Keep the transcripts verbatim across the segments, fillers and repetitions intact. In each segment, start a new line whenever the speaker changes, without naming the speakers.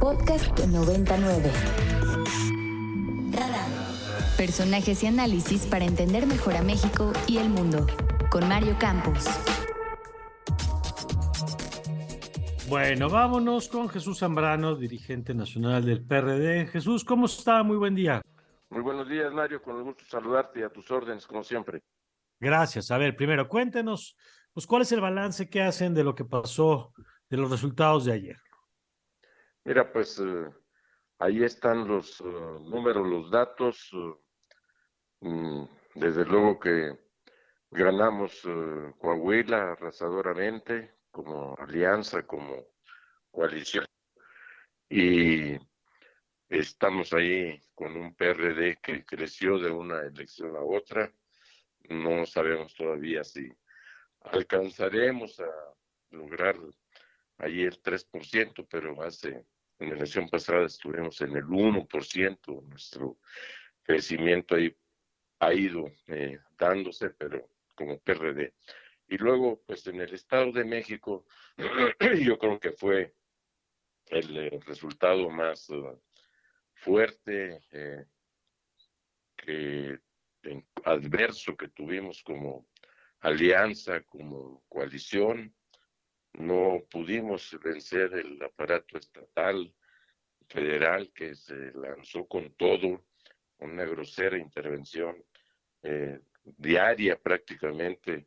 Podcast noventa y nueve. Radar. Personajes y análisis para entender mejor a México y el mundo. Con Mario Campos.
Bueno, vámonos con Jesús Zambrano, dirigente nacional del P R D. Jesús, ¿cómo está? Muy buen día.
Muy buenos días, Mario, con el gusto de saludarte y a tus órdenes, como siempre.
Gracias. A ver, primero, cuéntenos, pues, ¿cuál es el balance que hacen de lo que pasó, de los resultados de ayer?
Mira, pues eh, ahí están los uh, números, los datos. Uh, mm, desde luego que ganamos uh, Coahuila arrasadoramente, como alianza, como coalición. Y estamos ahí con un P R D que creció de una elección a otra. No sabemos todavía si alcanzaremos a lograr ahí el tres por ciento, pero hace, en la elección pasada estuvimos en el uno por ciento, nuestro crecimiento ahí ha ido eh, dándose, pero como P R D. Y luego, pues en el Estado de México, yo creo que fue el eh, resultado más uh, fuerte, eh, que en, adverso que tuvimos como alianza, como coalición. No pudimos vencer el aparato estatal, federal, que se lanzó con todo, una grosera intervención eh, diaria prácticamente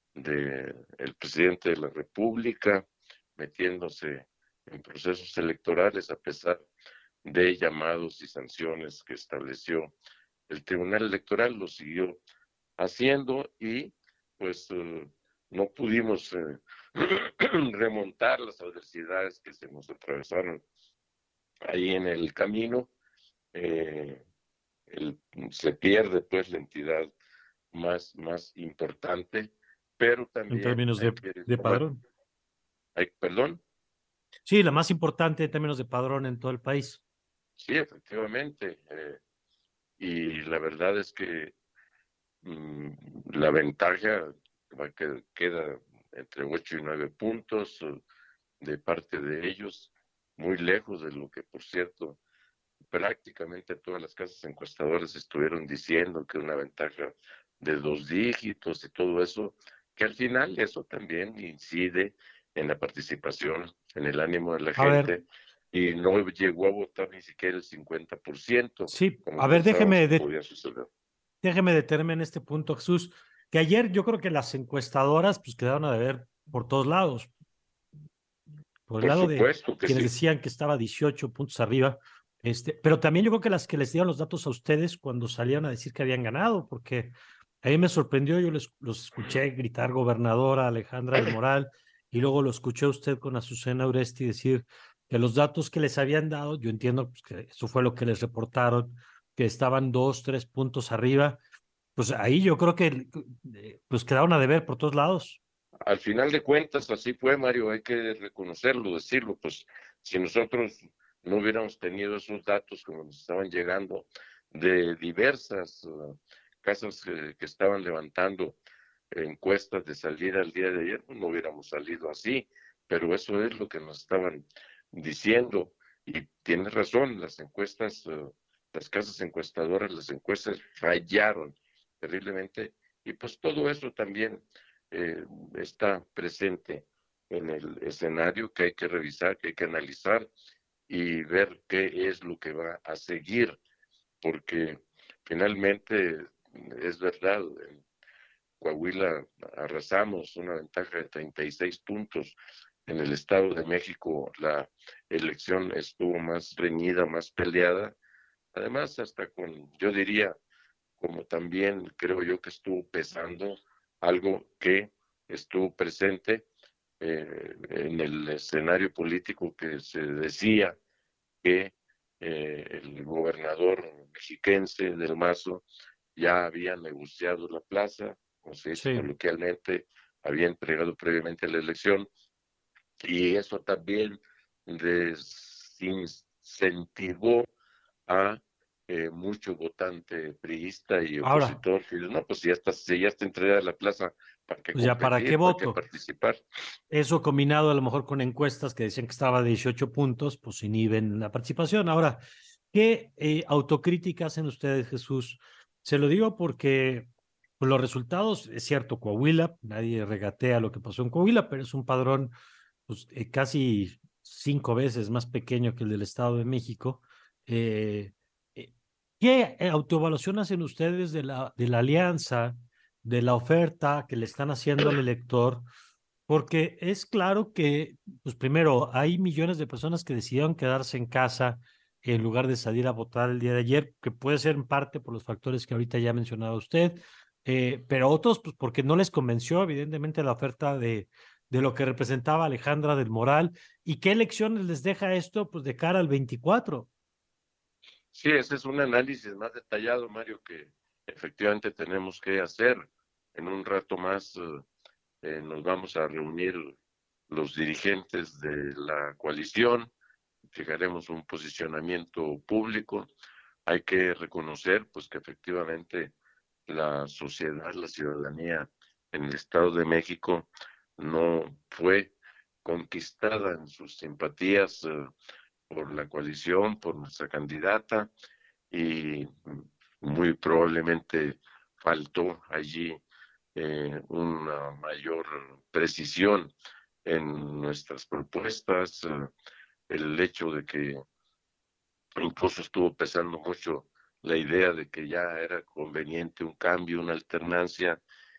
del presidente de la República, metiéndose en procesos electorales a pesar de llamados y sanciones que estableció el Tribunal Electoral. Lo siguió haciendo y pues uh, no pudimos eh, remontar las adversidades que se nos atravesaron ahí en el camino. Eh, el, se pierde pues la entidad más, más importante, pero también...
En términos de,
que,
de padrón.
Hay, ¿Perdón?
Sí, la más importante en términos de padrón en todo el país.
Sí, efectivamente. Eh, y la verdad es que mmm, la ventaja va que queda entre ocho y nueve puntos de parte de ellos, muy lejos de lo que, por cierto, prácticamente todas las casas encuestadoras estuvieron diciendo que una ventaja de dos dígitos y todo eso, que al final eso también incide en la participación, en el ánimo de la
A
gente,
ver,
y no llegó a votar ni siquiera el cincuenta por ciento,
sí,
como
a ver,
pensábamos
déjeme,
que
de,
podía suceder.
déjeme detenerme en este punto, Jesús, que ayer yo creo que las encuestadoras pues quedaron a deber por todos lados. Por el
Por
lado de
supuesto que
quienes
sí.
decían que estaba dieciocho puntos arriba, este, pero también yo creo que las que les dieron los datos a ustedes cuando salieron a decir que habían ganado, porque a mí me sorprendió, yo les, los escuché gritar gobernadora Alejandra del Moral, y luego lo escuché a usted con Azucena Uresti decir que los datos que les habían dado, yo entiendo pues, que eso fue lo que les reportaron, que estaban dos, tres puntos arriba, pues ahí yo creo que pues quedaron a deber por todos lados.
Al final de cuentas, así fue, Mario, hay que reconocerlo, decirlo, pues si nosotros no hubiéramos tenido esos datos como nos estaban llegando de diversas uh, casas que, que estaban levantando encuestas de salida el día de ayer, no hubiéramos salido así, pero eso es lo que nos estaban diciendo y tienes razón, las encuestas, uh, las casas encuestadoras, las encuestas fallaron terriblemente y pues todo eso también eh, está presente en el escenario que hay que revisar, que hay que analizar y ver qué es lo que va a seguir, porque finalmente es verdad, en Coahuila arrasamos una ventaja de treinta y seis puntos, en el Estado de México la elección estuvo más reñida, más peleada, además hasta con, yo diría, como también creo yo que estuvo pesando algo que estuvo presente eh, en el escenario político, que se decía que eh, el gobernador mexiquense del Mazo ya había negociado la plaza, como se dice
Sí.
coloquialmente, había entregado previamente la elección, y eso también desincentivó a eh, mucho votante priista y
Ahora,
opositor, que no, pues ya está, si ya está entregada la plaza, ¿para qué
pues ya para qué
competir? ¿Para qué
voto.
participar?
Eso combinado a lo mejor con encuestas que decían que estaba a dieciocho puntos, pues inhiben la participación. Ahora, ¿qué eh, autocrítica hacen ustedes, Jesús? Se lo digo porque pues, los resultados, es cierto, Coahuila, nadie regatea lo que pasó en Coahuila, pero es un padrón pues, eh, casi cinco veces más pequeño que el del Estado de México. Eh, eh, ¿Qué autoevaluación hacen ustedes de la, de la alianza, de la oferta que le están haciendo al elector? Porque es claro que, pues primero, hay millones de personas que decidieron quedarse en casa en lugar de salir a votar el día de ayer, que puede ser en parte por los factores que ahorita ya ha mencionado usted, eh, pero otros, pues porque no les convenció, evidentemente, la oferta de, de lo que representaba Alejandra del Moral. ¿Y qué elecciones les deja esto, pues de cara al veinticuatro?
Sí, ese es un análisis más detallado, Mario, que efectivamente tenemos que hacer. En un rato más eh, eh, nos vamos a reunir los dirigentes de la coalición, fijaremos un posicionamiento público. Hay que reconocer, pues, que efectivamente la sociedad, la ciudadanía en el Estado de México no fue conquistada en sus simpatías eh, por la coalición, por nuestra candidata, y muy probablemente faltó allí eh, una mayor precisión en nuestras propuestas, eh, el hecho de que incluso estuvo pesando mucho la idea de que ya era conveniente un cambio, una alternancia,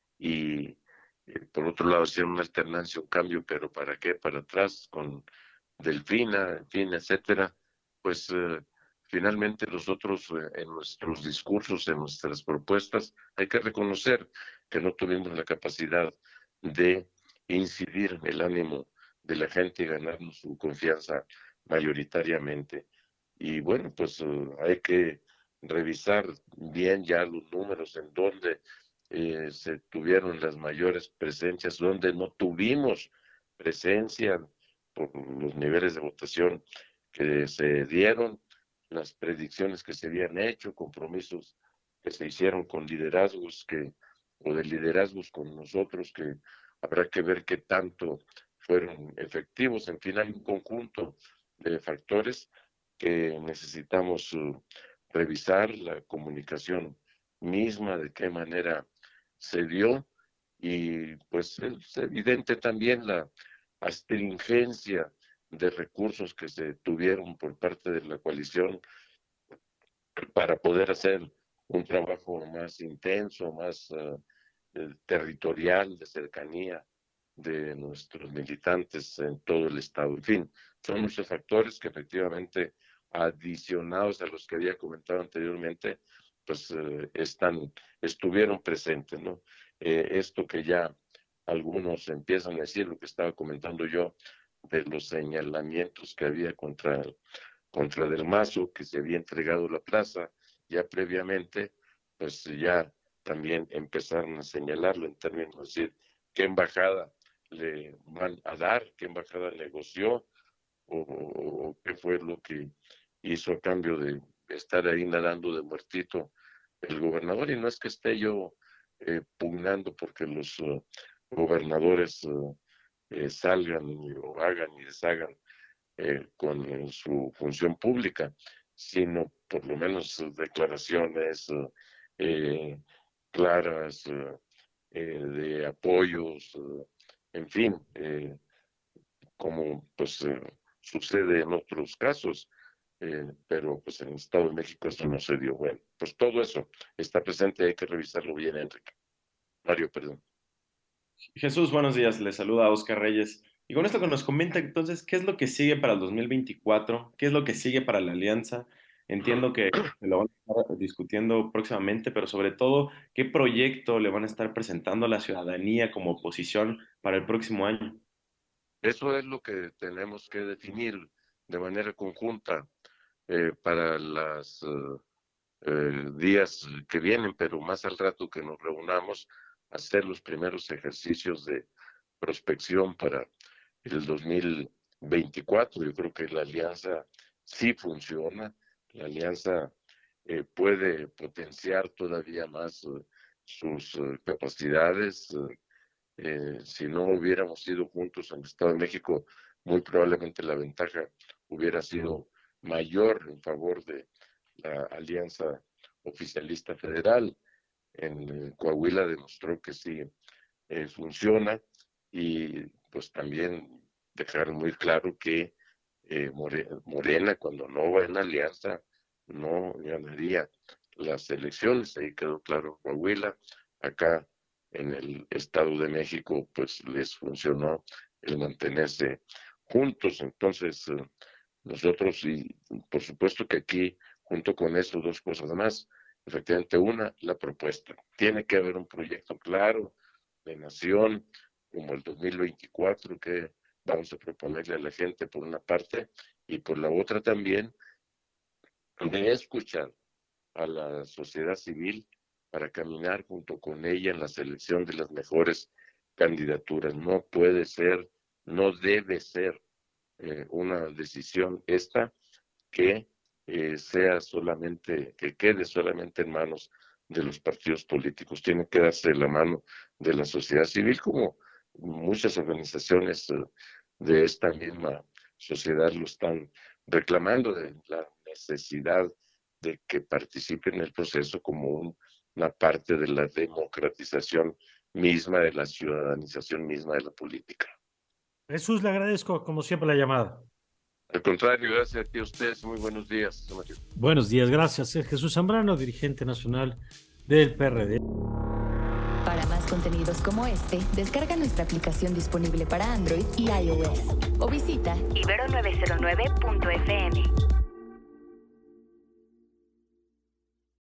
y eh, por otro lado hacer una alternancia, un cambio, pero ¿para qué? Para atrás, con Delfina, en fin, etcétera. Pues eh, finalmente nosotros eh, en nuestros discursos, en nuestras propuestas, hay que reconocer que no tuvimos la capacidad de incidir en el ánimo de la gente y ganarnos su confianza mayoritariamente. Y bueno, pues uh, hay que revisar bien ya los números en donde eh, se tuvieron las mayores presencias, donde no tuvimos presencia por los niveles de votación que se dieron, las predicciones que se habían hecho, compromisos que se hicieron con liderazgos que, o de liderazgos con nosotros, que habrá que ver qué tanto fueron efectivos. En fin, hay un conjunto de factores que necesitamos uh, revisar, la comunicación misma, de qué manera se dio, y pues es evidente también la astringencia de recursos que se tuvieron por parte de la coalición para poder hacer un trabajo más intenso, más uh, territorial, de cercanía de nuestros militantes en todo el estado. En fin, son muchos factores que efectivamente, adicionados a los que había comentado anteriormente, pues eh, están, estuvieron presentes, ¿no? Eh, esto que ya algunos empiezan a decir, lo que estaba comentando yo, de los señalamientos que había contra, contra Del Mazo, que se había entregado la plaza ya previamente, pues ya también empezaron a señalarlo en términos de decir qué embajada le van a dar, qué embajada negoció, o, o, o qué fue lo que hizo a cambio de estar ahí nadando de muertito el gobernador. Y no es que esté yo eh, pugnando porque los uh, gobernadores uh, eh, salgan y, o hagan y deshagan eh, con eh, su función pública, sino por lo menos sus declaraciones uh, eh, claras uh, eh, de apoyos, uh, en fin, eh, como pues eh, sucede en otros casos, eh, pero pues en el Estado de México eso no se dio. Bueno, pues todo eso está presente, hay que revisarlo bien, Enrique. Mario, perdón.
Jesús, buenos días. Le saluda Oscar Reyes. Y con esto que nos comenta, entonces, ¿qué es lo que sigue para el dos mil veinticuatro? ¿Qué es lo que sigue para la alianza? Entiendo que lo van a estar discutiendo próximamente, pero sobre todo, ¿qué proyecto le van a estar presentando a la ciudadanía como oposición para el próximo año?
Eso es lo que tenemos que definir de manera conjunta eh, para los uh, eh, días que vienen, pero más al rato que nos reunamos, hacer los primeros ejercicios de prospección para el dos mil veinticuatro. Yo creo que la alianza sí funciona, la alianza eh, puede potenciar todavía más eh, sus eh, capacidades. Eh, si no hubiéramos ido juntos en el Estado de México, muy probablemente la ventaja hubiera sido mayor en favor de la alianza oficialista federal. En Coahuila demostró que sí eh, funciona, y pues también dejar muy claro que eh, Morena, cuando no va en alianza, no ganaría las elecciones. Ahí quedó claro Coahuila. Acá en el Estado de México pues les funcionó el mantenerse juntos. Entonces eh, nosotros, y por supuesto que aquí, junto con eso, dos cosas más. Efectivamente, una, la propuesta. Tiene que haber un proyecto claro de nación, como el dos mil veinticuatro, que vamos a proponerle a la gente por una parte, y por la otra también, de escuchar a la sociedad civil para caminar junto con ella en la selección de las mejores candidaturas. No puede ser, no debe ser eh, una decisión esta que eh, sea solamente, que quede solamente en manos de los partidos políticos. Tiene que darse la mano de la sociedad civil, como muchas organizaciones eh, de esta misma sociedad lo están reclamando, de la necesidad de que participe en el proceso como un, una parte de la democratización misma, de la ciudadanización misma de la política.
Jesús, le agradezco como siempre la llamada.
Al contrario, gracias a ti, a ustedes. Muy buenos días, Mario.
Buenos días, gracias. Es Jesús Zambrano, dirigente nacional del P R D.
Para más contenidos como este, descarga nuestra aplicación disponible para Android y iOS o visita ibero nueve cero nueve punto f m.